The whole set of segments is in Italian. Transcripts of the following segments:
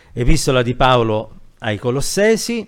Epistola di Paolo ai Colossesi,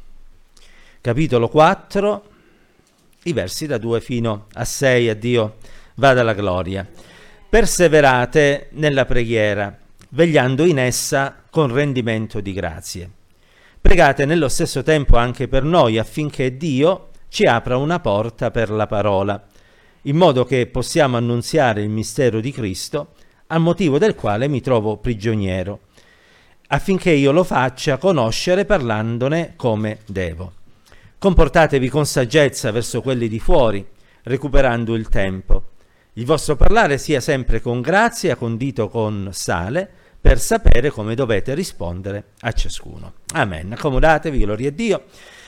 capitolo 4, i versi da 2 fino a 6, a Dio vada la gloria. Perseverate nella preghiera, vegliando in essa con rendimento di grazie. Pregate nello stesso tempo anche per noi, affinché Dio ci apra una porta per la parola, in modo che possiamo annunziare il mistero di Cristo, a motivo del quale mi trovo prigioniero, affinché io lo faccia conoscere parlandone come devo. Comportatevi con saggezza verso quelli di fuori, recuperando il tempo. Il vostro parlare sia sempre con grazia, condito con sale, per sapere come dovete rispondere a ciascuno. Amen. Accomodatevi, gloria a Dio.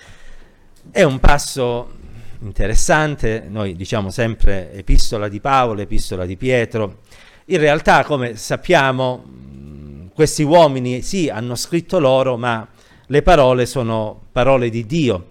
È un passo interessante, noi diciamo sempre epistola di Paolo, epistola di Pietro. In realtà, come sappiamo, questi uomini sì, hanno scritto loro, ma le parole sono parole di Dio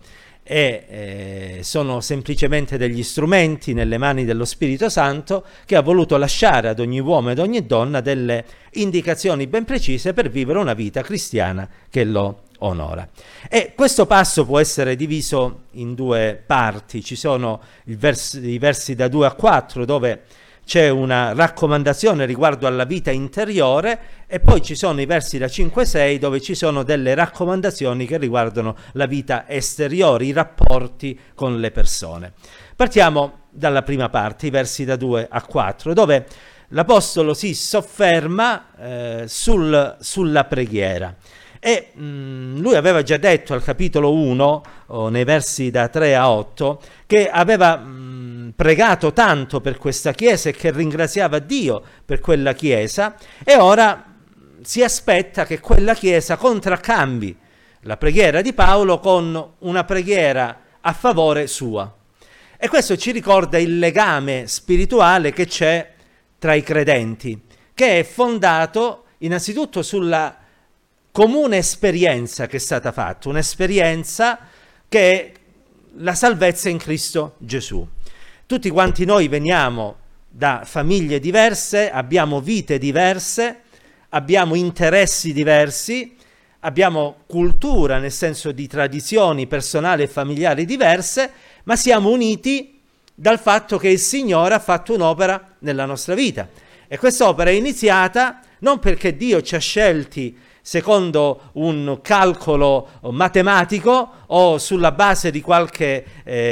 e sono semplicemente degli strumenti nelle mani dello Spirito Santo, che ha voluto lasciare ad ogni uomo ed ogni donna delle indicazioni ben precise per vivere una vita cristiana che lo onora. E questo passo può essere diviso in due parti. Ci sono i versi da 2 a 4 dove c'è una raccomandazione riguardo alla vita interiore, e poi ci sono i versi da 5 a 6 dove ci sono delle raccomandazioni che riguardano la vita esteriore, i rapporti con le persone. Partiamo dalla prima parte, i versi da 2 a 4, dove l'Apostolo si sofferma sulla preghiera. E lui aveva già detto al capitolo 1, nei versi da 3 a 8, che aveva pregato tanto per questa Chiesa e che ringraziava Dio per quella Chiesa, e ora si aspetta che quella Chiesa contraccambi la preghiera di Paolo con una preghiera a favore sua. E questo ci ricorda il legame spirituale che c'è tra i credenti, che è fondato innanzitutto sulla comune esperienza che è stata fatta, un'esperienza che è la salvezza in Cristo Gesù. Tutti quanti noi veniamo da famiglie diverse, abbiamo vite diverse, abbiamo interessi diversi, abbiamo cultura nel senso di tradizioni personali e familiari diverse, ma siamo uniti dal fatto che il Signore ha fatto un'opera nella nostra vita. E quest'opera è iniziata non perché Dio ci ha scelti secondo un calcolo matematico o sulla base di qualche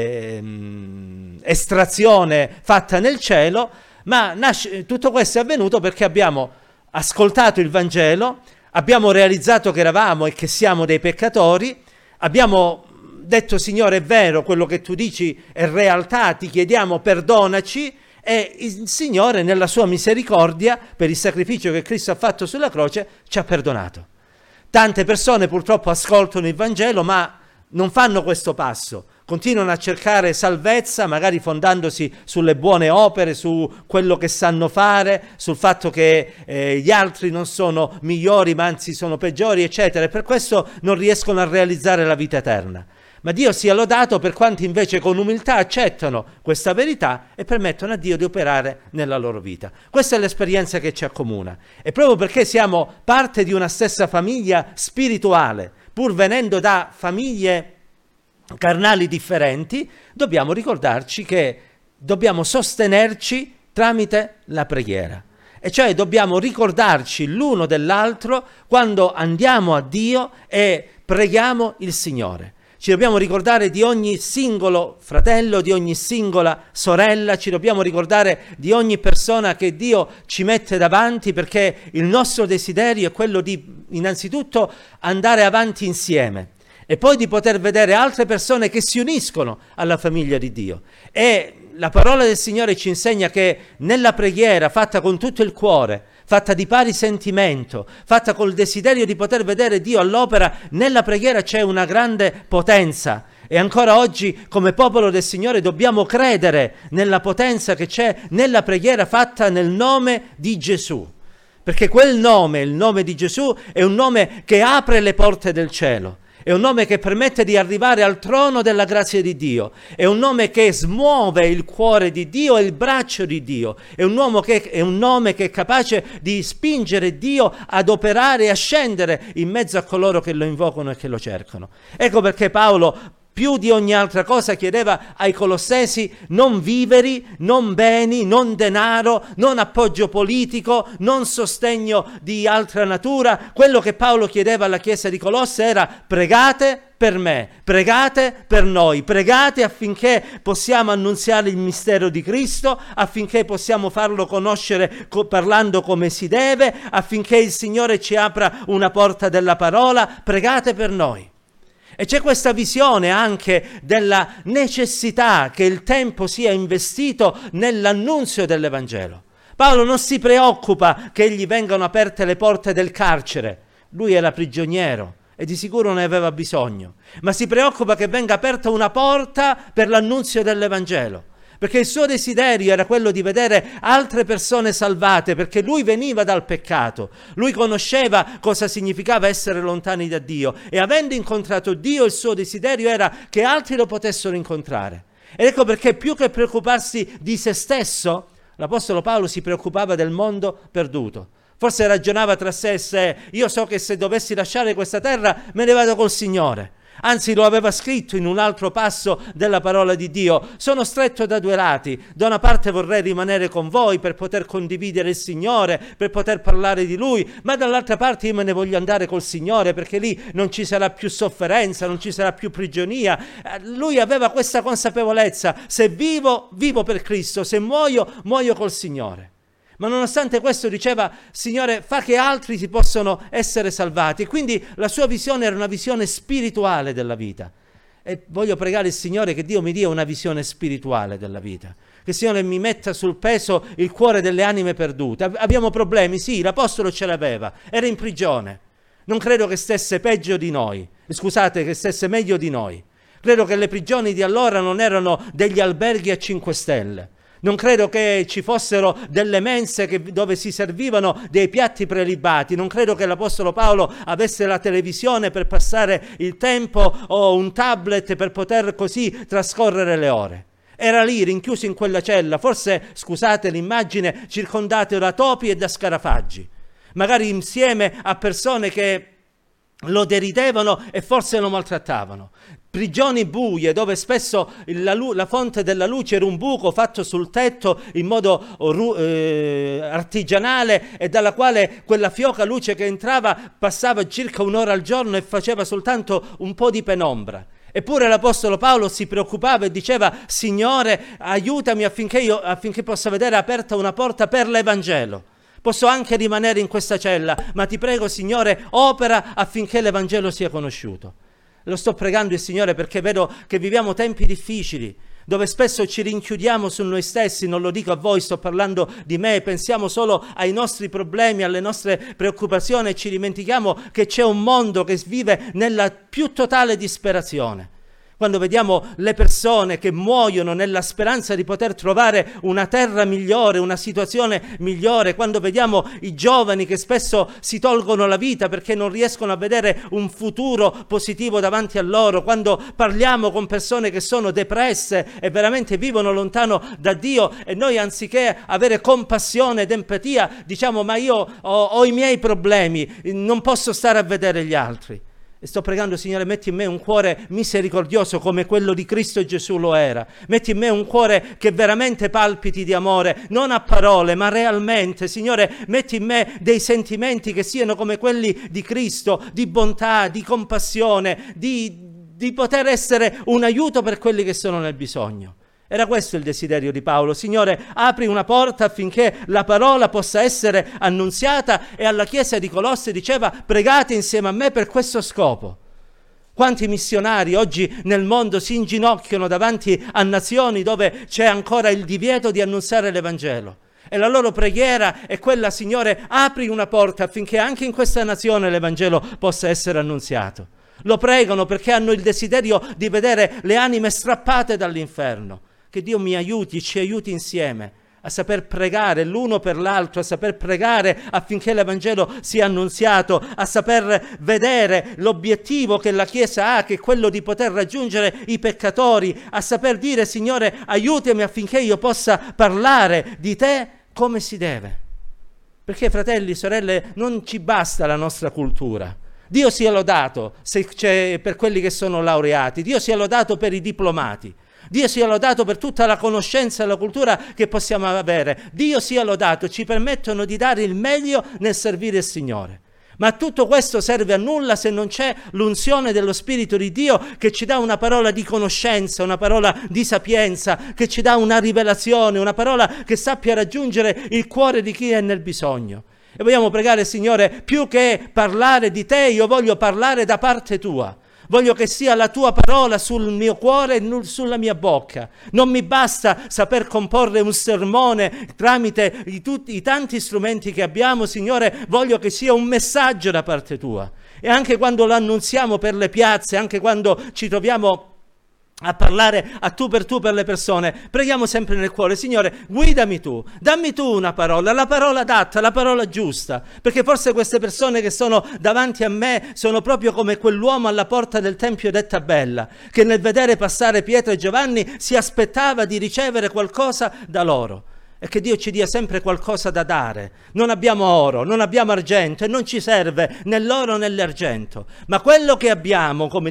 estrazione fatta nel cielo, ma tutto questo è avvenuto perché abbiamo ascoltato il Vangelo, abbiamo realizzato che eravamo e che siamo dei peccatori, abbiamo detto: Signore, è vero, quello che tu dici è realtà, ti chiediamo perdonaci. E il Signore, nella sua misericordia, per il sacrificio che Cristo ha fatto sulla croce, ci ha perdonato. Tante persone purtroppo ascoltano il Vangelo, ma non fanno questo passo. Continuano a cercare salvezza, magari fondandosi sulle buone opere, su quello che sanno fare, sul fatto che gli altri non sono migliori, ma anzi sono peggiori, eccetera. E per questo non riescono a realizzare la vita eterna. Ma Dio sia lodato per quanti invece con umiltà accettano questa verità e permettono a Dio di operare nella loro vita. Questa è l'esperienza che ci accomuna. E proprio perché siamo parte di una stessa famiglia spirituale, pur venendo da famiglie carnali differenti, dobbiamo ricordarci che dobbiamo sostenerci tramite la preghiera. E cioè dobbiamo ricordarci l'uno dell'altro quando andiamo a Dio e preghiamo il Signore. Ci dobbiamo ricordare di ogni singolo fratello, di ogni singola sorella, ci dobbiamo ricordare di ogni persona che Dio ci mette davanti, perché il nostro desiderio è quello di innanzitutto andare avanti insieme e poi di poter vedere altre persone che si uniscono alla famiglia di Dio. E la parola del Signore ci insegna che nella preghiera fatta con tutto il cuore, fatta di pari sentimento, fatta col desiderio di poter vedere Dio all'opera, nella preghiera c'è una grande potenza. E ancora oggi, come popolo del Signore, dobbiamo credere nella potenza che c'è nella preghiera fatta nel nome di Gesù. Perché quel nome, il nome di Gesù, è un nome che apre le porte del cielo. è un nome che permette di arrivare al trono della grazia di Dio, è un nome che smuove il cuore di Dio e il braccio di Dio, è un nome che è capace di spingere Dio ad operare e a scendere in mezzo a coloro che lo invocano e che lo cercano. Ecco perché Paolo più di ogni altra cosa chiedeva ai Colossesi non viveri, non beni, non denaro, non appoggio politico, non sostegno di altra natura. Quello che Paolo chiedeva alla Chiesa di Colosse era: pregate per me, pregate per noi, pregate affinché possiamo annunziare il mistero di Cristo, affinché possiamo farlo conoscere parlando come si deve, affinché il Signore ci apra una porta della parola. Pregate per noi. E c'è questa visione anche della necessità che il tempo sia investito nell'annunzio dell'Evangelo. Paolo non si preoccupa che gli vengano aperte le porte del carcere, lui era prigioniero e di sicuro ne aveva bisogno, ma si preoccupa che venga aperta una porta per l'annunzio dell'Evangelo, perché il suo desiderio era quello di vedere altre persone salvate, perché lui veniva dal peccato, lui conosceva cosa significava essere lontani da Dio, e avendo incontrato Dio il suo desiderio era che altri lo potessero incontrare. Ed ecco perché più che preoccuparsi di se stesso, l'Apostolo Paolo si preoccupava del mondo perduto. Forse ragionava tra sé e sé: io so che se dovessi lasciare questa terra me ne vado col Signore. Anzi, lo aveva scritto in un altro passo della parola di Dio: sono stretto da due lati, da una parte vorrei rimanere con voi per poter condividere il Signore, per poter parlare di Lui, ma dall'altra parte io me ne voglio andare col Signore, perché lì non ci sarà più sofferenza, non ci sarà più prigionia. Lui aveva questa consapevolezza: se vivo, vivo per Cristo, se muoio, muoio col Signore. Ma nonostante questo diceva: Signore, fa che altri si possano essere salvati. E quindi la sua visione era una visione spirituale della vita. E voglio pregare il Signore che Dio mi dia una visione spirituale della vita, che il Signore mi metta sul peso il cuore delle anime perdute. Abbiamo problemi? Sì, l'Apostolo ce l'aveva, era in prigione. Non credo che stesse peggio di noi, scusate, che stesse meglio di noi. Credo che le prigioni di allora non erano degli alberghi a 5 stelle. Non credo che ci fossero delle mense dove si servivano dei piatti prelibati. Non credo che l'Apostolo Paolo avesse la televisione per passare il tempo o un tablet per poter così trascorrere le ore. Era lì, rinchiuso in quella cella, forse, scusate l'immagine, circondato da topi e da scarafaggi, magari insieme a persone che lo deridevano e forse lo maltrattavano. Prigioni buie dove spesso la fonte della luce era un buco fatto sul tetto in modo artigianale, e dalla quale quella fioca luce che entrava passava circa un'ora al giorno e faceva soltanto un po' di penombra. Eppure l'Apostolo Paolo si preoccupava e diceva: Signore, aiutami affinché possa vedere aperta una porta per l'Evangelo. Posso anche rimanere in questa cella, ma ti prego, Signore, opera affinché l'Evangelo sia conosciuto. Lo sto pregando il Signore perché vedo che viviamo tempi difficili, dove spesso ci rinchiudiamo su noi stessi. Non lo dico a voi, sto parlando di me. Pensiamo solo ai nostri problemi, alle nostre preoccupazioni, e ci dimentichiamo che c'è un mondo che vive nella più totale disperazione. Quando vediamo le persone che muoiono nella speranza di poter trovare una terra migliore, una situazione migliore, quando vediamo i giovani che spesso si tolgono la vita perché non riescono a vedere un futuro positivo davanti a loro, quando parliamo con persone che sono depresse e veramente vivono lontano da Dio, e noi, anziché avere compassione ed empatia, diciamo: ma io ho i miei problemi, non posso stare a vedere gli altri. E sto pregando: Signore, metti in me un cuore misericordioso come quello di Cristo Gesù lo era. Metti in me un cuore che veramente palpiti di amore, non a parole ma realmente. Signore, metti in me dei sentimenti che siano come quelli di Cristo, di bontà, di compassione, di poter essere un aiuto per quelli che sono nel bisogno. Era questo il desiderio di Paolo: Signore, apri una porta affinché la parola possa essere annunziata. E alla Chiesa di Colosse diceva: pregate insieme a me per questo scopo. Quanti missionari oggi nel mondo si inginocchiano davanti a nazioni dove c'è ancora il divieto di annunziare l'Evangelo, e la loro preghiera è quella: Signore, apri una porta affinché anche in questa nazione l'Evangelo possa essere annunziato. Lo pregano perché hanno il desiderio di vedere le anime strappate dall'inferno. Che Dio mi aiuti, ci aiuti insieme a saper pregare l'uno per l'altro, a saper pregare affinché l'Evangelo sia annunziato, a saper vedere l'obiettivo che la Chiesa ha, che è quello di poter raggiungere i peccatori, a saper dire: Signore, aiutami affinché io possa parlare di te come si deve. Perché, fratelli, sorelle, non ci basta la nostra cultura. Dio sia lodato se c'è per quelli che sono laureati, Dio sia lodato per i diplomati, Dio sia lodato per tutta la conoscenza e la cultura che possiamo avere. Dio sia lodato, ci permettono di dare il meglio nel servire il Signore. Ma tutto questo serve a nulla se non c'è l'unzione dello Spirito di Dio che ci dà una parola di conoscenza, una parola di sapienza, che ci dà una rivelazione, una parola che sappia raggiungere il cuore di chi è nel bisogno. E vogliamo pregare, Signore, più che parlare di te, io voglio parlare da parte tua. Voglio che sia la tua parola sul mio cuore e sulla mia bocca. Non mi basta saper comporre un sermone tramite i tanti strumenti che abbiamo, Signore. Voglio che sia un messaggio da parte tua. E anche quando lo annunziamo per le piazze, anche quando ci troviamo a parlare a tu per le persone, preghiamo sempre nel cuore: Signore, guidami tu, dammi tu una parola, la parola adatta, la parola giusta, perché forse queste persone che sono davanti a me sono proprio come quell'uomo alla porta del Tempio detta Bella, che nel vedere passare Pietro e Giovanni si aspettava di ricevere qualcosa da loro. E che Dio ci dia sempre qualcosa da dare. Non abbiamo oro, non abbiamo argento e non ci serve né l'oro né l'argento, ma quello che abbiamo, come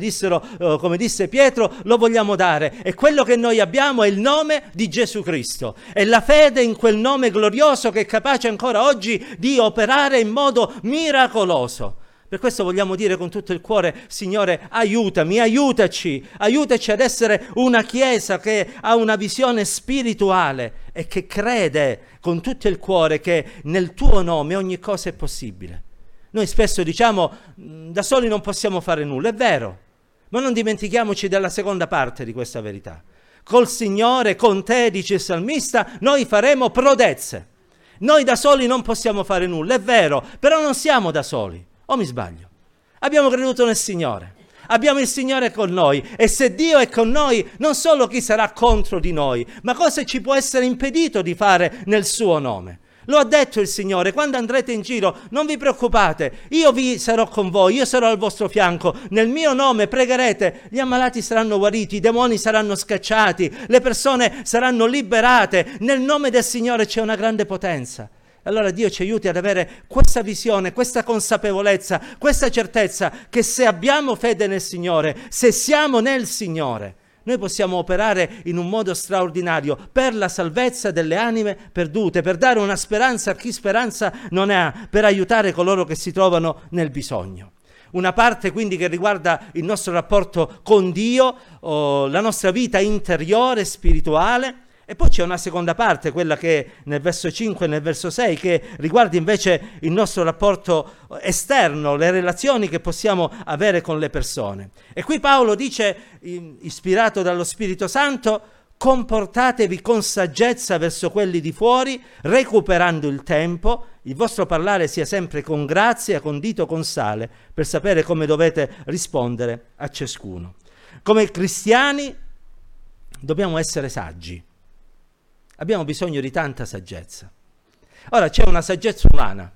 disse Pietro, lo vogliamo dare, e quello che noi abbiamo è il nome di Gesù Cristo, è la fede in quel nome glorioso che è capace ancora oggi di operare in modo miracoloso. Per questo vogliamo dire con tutto il cuore: Signore, aiutami, aiutaci ad essere una Chiesa che ha una visione spirituale e che crede con tutto il cuore che nel tuo nome ogni cosa è possibile. Noi spesso diciamo: da soli non possiamo fare nulla, è vero, ma non dimentichiamoci della seconda parte di questa verità. Col Signore, con te, dice il salmista, noi faremo prodezze. Noi da soli non possiamo fare nulla, è vero, però non siamo da soli. O mi sbaglio? Abbiamo creduto nel Signore, abbiamo il Signore con noi, e se Dio è con noi, non solo chi sarà contro di noi, ma cosa ci può essere impedito di fare nel suo nome? Lo ha detto il Signore: quando andrete in giro non vi preoccupate, io vi sarò con voi, io sarò al vostro fianco, nel mio nome pregherete, gli ammalati saranno guariti, i demoni saranno scacciati, le persone saranno liberate, nel nome del Signore c'è una grande potenza. Allora Dio ci aiuti ad avere questa visione, questa consapevolezza, questa certezza che se abbiamo fede nel Signore, se siamo nel Signore, noi possiamo operare in un modo straordinario per la salvezza delle anime perdute, per dare una speranza a chi speranza non ha, per aiutare coloro che si trovano nel bisogno. Una parte quindi che riguarda il nostro rapporto con Dio, la nostra vita interiore, spirituale. E poi c'è una seconda parte, quella che è nel verso 5 e nel verso 6, che riguarda invece il nostro rapporto esterno, le relazioni che possiamo avere con le persone. E qui Paolo dice, ispirato dallo Spirito Santo: comportatevi con saggezza verso quelli di fuori, recuperando il tempo, il vostro parlare sia sempre con grazia, condito con sale, per sapere come dovete rispondere a ciascuno. Come cristiani dobbiamo essere saggi. Abbiamo bisogno di tanta saggezza. Ora, c'è una saggezza umana,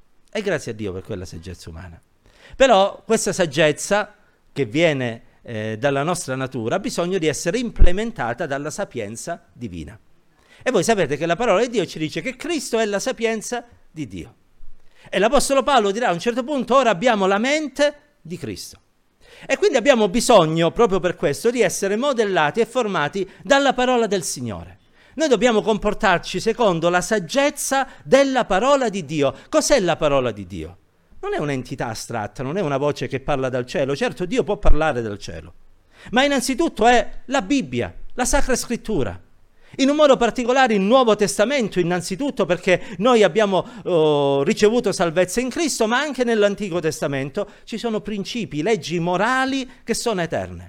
e grazie a Dio per quella saggezza umana. Però questa saggezza, che viene dalla nostra natura, ha bisogno di essere implementata dalla sapienza divina. E voi sapete che la parola di Dio ci dice che Cristo è la sapienza di Dio. E l'Apostolo Paolo dirà a un certo punto: ora abbiamo la mente di Cristo. E quindi abbiamo bisogno, proprio per questo, di essere modellati e formati dalla parola del Signore. Noi dobbiamo comportarci secondo la saggezza della parola di Dio. Cos'è la parola di Dio? Non è un'entità astratta, non è una voce che parla dal cielo. Certo, Dio può parlare dal cielo, ma innanzitutto è la Bibbia, la Sacra Scrittura. In un modo particolare il Nuovo Testamento, innanzitutto perché noi abbiamo ricevuto salvezza in Cristo, ma anche nell'Antico Testamento ci sono principi, leggi morali che sono eterne.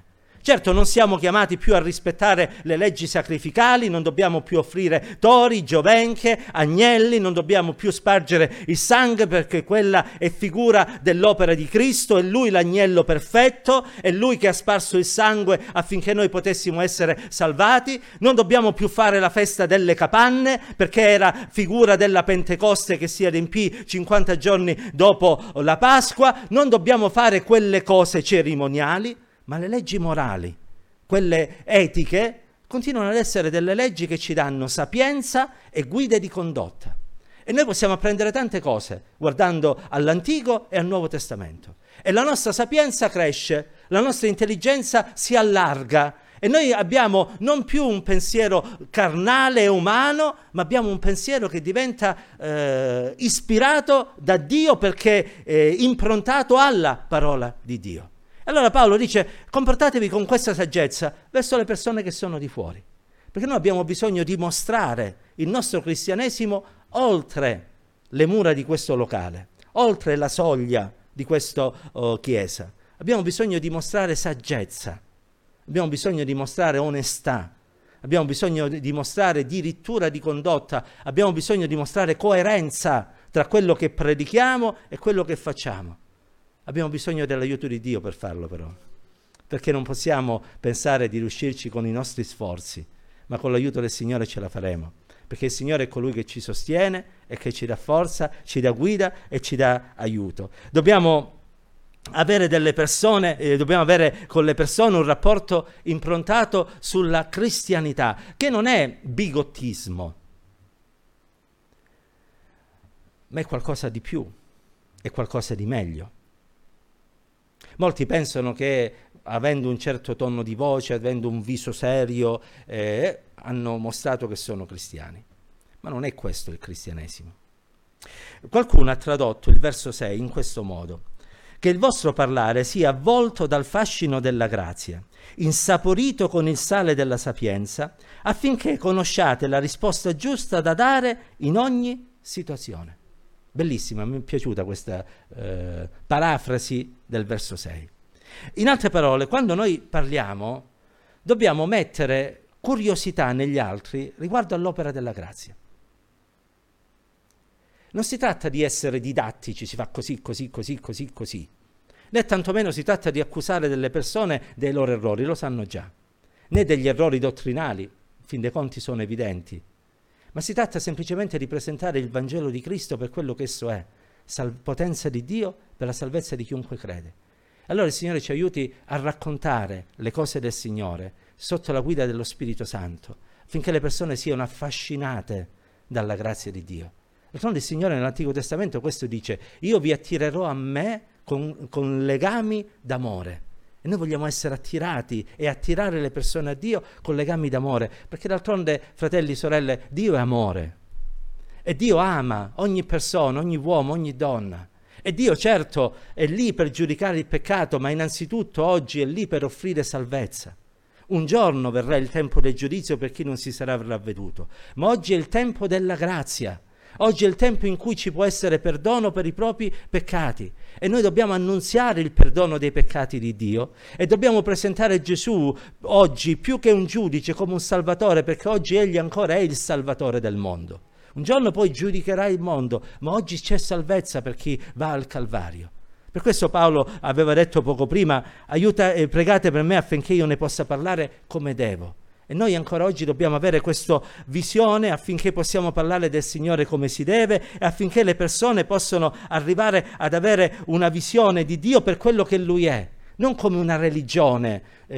Certo, non siamo chiamati più a rispettare le leggi sacrificali, non dobbiamo più offrire tori, giovenche, agnelli, non dobbiamo più spargere il sangue, perché quella è figura dell'opera di Cristo, è Lui l'agnello perfetto, è Lui che ha sparso il sangue affinché noi potessimo essere salvati. Non dobbiamo più fare la festa delle capanne, perché era figura della Pentecoste che si riempì 50 giorni dopo la Pasqua. Non dobbiamo fare quelle cose cerimoniali, ma le leggi morali, quelle etiche, continuano ad essere delle leggi che ci danno sapienza e guide di condotta. E noi possiamo apprendere tante cose guardando all'Antico e al Nuovo Testamento. E la nostra sapienza cresce, la nostra intelligenza si allarga e noi abbiamo non più un pensiero carnale e umano, ma abbiamo un pensiero che diventa ispirato da Dio, perché improntato alla parola di Dio. Allora Paolo dice: comportatevi con questa saggezza verso le persone che sono di fuori, perché noi abbiamo bisogno di mostrare il nostro cristianesimo oltre le mura di questo locale, oltre la soglia di questa chiesa. Abbiamo bisogno di mostrare saggezza, abbiamo bisogno di mostrare onestà, abbiamo bisogno di mostrare dirittura di condotta, abbiamo bisogno di mostrare coerenza tra quello che predichiamo e quello che facciamo. Abbiamo bisogno dell'aiuto di Dio per farlo, però, perché non possiamo pensare di riuscirci con i nostri sforzi, ma con l'aiuto del Signore ce la faremo, perché il Signore è colui che ci sostiene e che ci dà forza, ci dà guida e ci dà aiuto. Dobbiamo avere delle persone, dobbiamo avere con le persone un rapporto improntato sulla cristianità, che non è bigottismo, ma è qualcosa di più, è qualcosa di meglio. Molti pensano che avendo un certo tono di voce, avendo un viso serio, hanno mostrato che sono cristiani. Ma non è questo il cristianesimo. Qualcuno ha tradotto il verso 6 in questo modo: che il vostro parlare sia avvolto dal fascino della grazia, insaporito con il sale della sapienza, affinché conosciate la risposta giusta da dare in ogni situazione. Bellissima, mi è piaciuta questa parafrasi del verso 6. In altre parole, quando noi parliamo, dobbiamo mettere curiosità negli altri riguardo all'opera della grazia. Non si tratta di essere didattici, si fa così, così, così, così, così. Né tantomeno si tratta di accusare delle persone dei loro errori, lo sanno già. Né degli errori dottrinali, in fin dei conti sono evidenti. Ma si tratta semplicemente di presentare il Vangelo di Cristo per quello che esso è, potenza di Dio per la salvezza di chiunque crede. Allora il Signore ci aiuti a raccontare le cose del Signore sotto la guida dello Spirito Santo, affinché le persone siano affascinate dalla grazia di Dio. D'altronde il Signore nell'Antico Testamento questo dice: io vi attirerò a me con legami d'amore. E noi vogliamo essere attirati e attirare le persone a Dio con legami d'amore, perché d'altronde, fratelli e sorelle, Dio è amore. E Dio ama ogni persona, ogni uomo, ogni donna. E Dio certo è lì per giudicare il peccato, ma innanzitutto oggi è lì per offrire salvezza. Un giorno verrà il tempo del giudizio per chi non si sarà ravveduto, ma oggi è il tempo della grazia. Oggi è il tempo in cui ci può essere perdono per i propri peccati e noi dobbiamo annunziare il perdono dei peccati di Dio e dobbiamo presentare Gesù oggi più che un giudice come un salvatore, perché oggi egli ancora è il salvatore del mondo. Un giorno poi giudicherà il mondo, ma oggi c'è salvezza per chi va al Calvario. Per questo Paolo aveva detto poco prima: pregate per me affinché io ne possa parlare come devo. E noi ancora oggi dobbiamo avere questa visione affinché possiamo parlare del Signore come si deve e affinché le persone possano arrivare ad avere una visione di Dio per quello che Lui è, non come una religione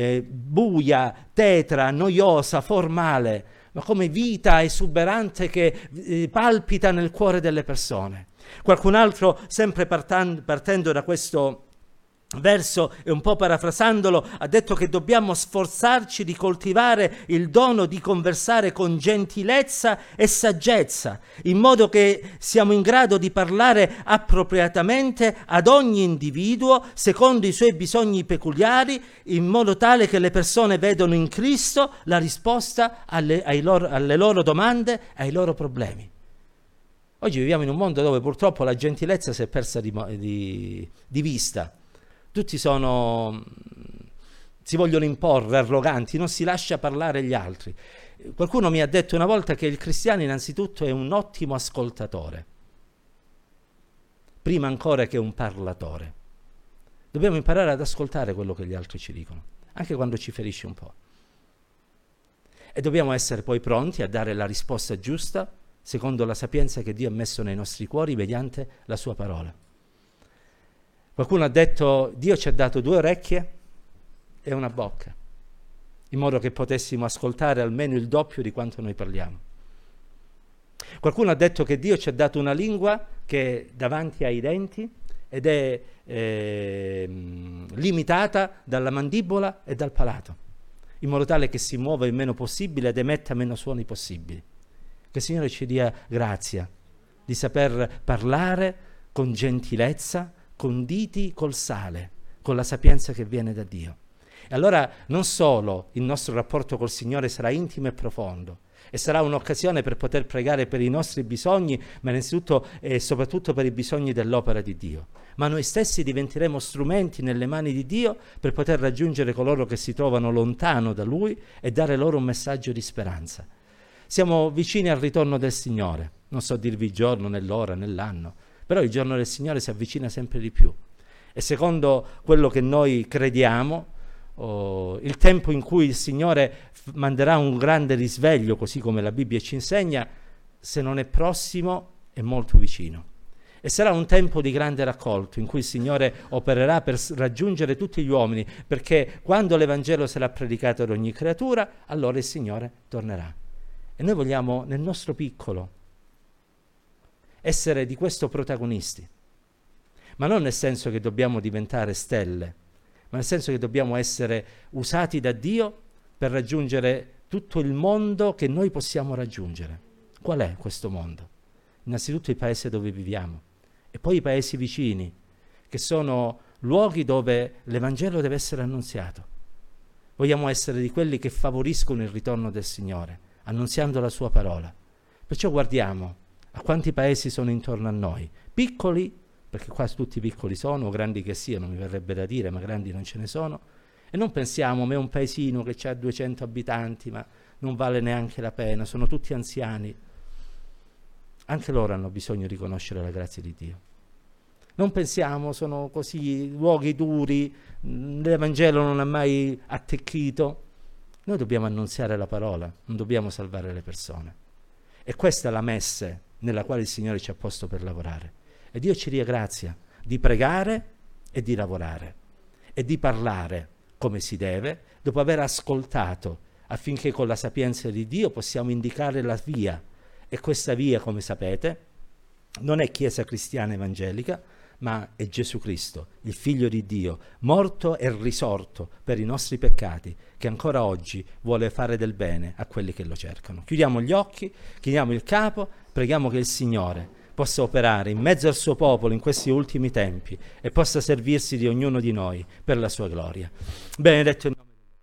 buia, tetra, noiosa, formale, ma come vita esuberante che palpita nel cuore delle persone. Qualcun altro, sempre partendo da questo verso e un po' parafrasandolo, ha detto che dobbiamo sforzarci di coltivare il dono di conversare con gentilezza e saggezza, in modo che siamo in grado di parlare appropriatamente ad ogni individuo secondo i suoi bisogni peculiari, in modo tale che le persone vedano in Cristo la risposta alle loro domande, ai loro problemi. Oggi viviamo in un mondo dove purtroppo la gentilezza si è persa di vista. Tutti sono si vogliono imporre, arroganti, non si lascia parlare gli altri. Qualcuno mi ha detto una volta che il cristiano innanzitutto è un ottimo ascoltatore, prima ancora che un parlatore. Dobbiamo imparare ad ascoltare quello che gli altri ci dicono, anche quando ci ferisce un po'. E dobbiamo essere poi pronti a dare la risposta giusta, secondo la sapienza che Dio ha messo nei nostri cuori mediante la sua parola. Qualcuno ha detto: Dio ci ha dato 2 orecchie e una bocca, in modo che potessimo ascoltare almeno il doppio di quanto noi parliamo. Qualcuno ha detto che Dio ci ha dato una lingua che è davanti ai denti ed è limitata dalla mandibola e dal palato, in modo tale che si muova il meno possibile ed emetta meno suoni possibili. Che il Signore ci dia grazia di saper parlare con gentilezza, conditi col sale, con la sapienza che viene da Dio. E allora non solo il nostro rapporto col Signore sarà intimo e profondo, e sarà un'occasione per poter pregare per i nostri bisogni, ma innanzitutto e soprattutto per i bisogni dell'opera di Dio, ma noi stessi diventeremo strumenti nelle mani di Dio per poter raggiungere coloro che si trovano lontano da Lui e dare loro un messaggio di speranza. Siamo vicini al ritorno del Signore, non so dirvi il giorno, nell'ora, nell'anno, però il giorno del Signore si avvicina sempre di più, e secondo quello che noi crediamo, il tempo in cui il Signore manderà un grande risveglio, così come la Bibbia ci insegna, se non è prossimo, è molto vicino. E sarà un tempo di grande raccolto in cui il Signore opererà per raggiungere tutti gli uomini, perché quando l'Evangelo sarà predicato ad ogni creatura, allora il Signore tornerà. E noi vogliamo, nel nostro piccolo, essere di questo protagonisti, ma non nel senso che dobbiamo diventare stelle, ma nel senso che dobbiamo essere usati da Dio per raggiungere tutto il mondo che noi possiamo raggiungere. Qual è questo mondo? Innanzitutto il paese dove viviamo, e poi i paesi vicini, che sono luoghi dove l'Evangelo deve essere annunziato. Vogliamo essere di quelli che favoriscono il ritorno del Signore, annunziando la sua parola. Perciò guardiamo a quanti paesi sono intorno a noi, piccoli, perché quasi tutti piccoli sono, o grandi che siano, mi verrebbe da dire, ma grandi non ce ne sono, e non pensiamo, ma è un paesino che ha 200 abitanti, ma non vale neanche la pena, sono tutti anziani. Anche loro hanno bisogno di conoscere la grazia di Dio. Non pensiamo, sono così luoghi duri, l'Evangelo non ha mai attecchito. Noi dobbiamo annunziare la parola, non dobbiamo salvare le persone. E questa è la messe nella quale il Signore ci ha posto per lavorare. E Dio ci dia grazia di pregare e di lavorare e di parlare come si deve, dopo aver ascoltato, affinché con la sapienza di Dio possiamo indicare la via. E questa via, come sapete, non è Chiesa Cristiana Evangelica, ma è Gesù Cristo, il Figlio di Dio, morto e risorto per i nostri peccati, che ancora oggi vuole fare del bene a quelli che lo cercano. Chiudiamo gli occhi, chiniamo il capo, preghiamo che il Signore possa operare in mezzo al suo popolo in questi ultimi tempi e possa servirsi di ognuno di noi per la sua gloria. Benedetto